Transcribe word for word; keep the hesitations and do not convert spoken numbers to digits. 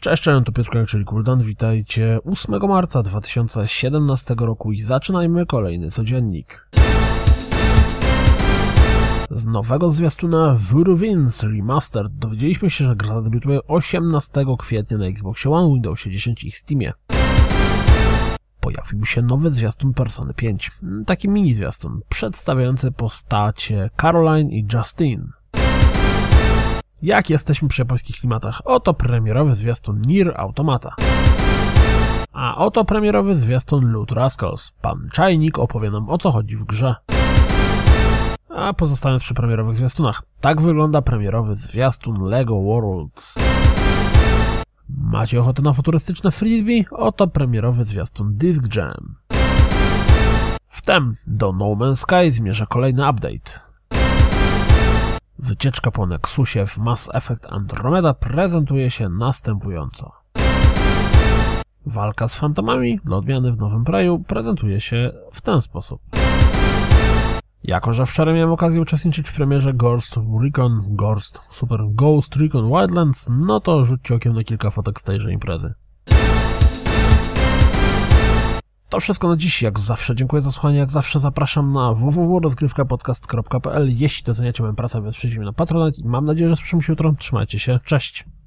Cześć, cześć, to Piotrek, czyli Kuldan. Witajcie ósmego marca dwa tysiące siedemnastego roku i zaczynajmy kolejny codziennik. Z nowego zwiastuna Voodoo Vince Remastered dowiedzieliśmy się, że gra debiutuje osiemnastego kwietnia na Xboxie One, Windowsie dziesięć i Steamie. Pojawił się nowy zwiastun Persony pięć, taki mini zwiastun przedstawiający postacie Caroline i Justine. Jak jesteśmy przy japońskich klimatach, oto premierowy zwiastun Nier Automata. A oto premierowy zwiastun Loot Rascals. Pan Czajnik opowie nam, o co chodzi w grze. A pozostając przy premierowych zwiastunach, tak wygląda premierowy zwiastun Lego Worlds. Macie ochotę na futurystyczne frisbee? Oto premierowy zwiastun Disc Jam. Wtem do No Man's Sky zmierza kolejny update. Wycieczka po Nexusie w Mass Effect Andromeda prezentuje się następująco. Walka z fantomami dla odmiany w Nowym Praju prezentuje się w ten sposób. Jako że wczoraj miałem okazję uczestniczyć w premierze Ghost Recon Ghost Super Ghost Recon Wildlands, no to rzućcie okiem na kilka fotek z tejże imprezy. To wszystko na dziś, jak zawsze dziękuję za słuchanie, jak zawsze zapraszam na w w w kropka rozgrywka podcast kropka p l. Jeśli doceniacie moją pracę, wesprzyjcie mnie na Patronite i mam nadzieję, że słyszymy się jutro. Trzymajcie się, cześć!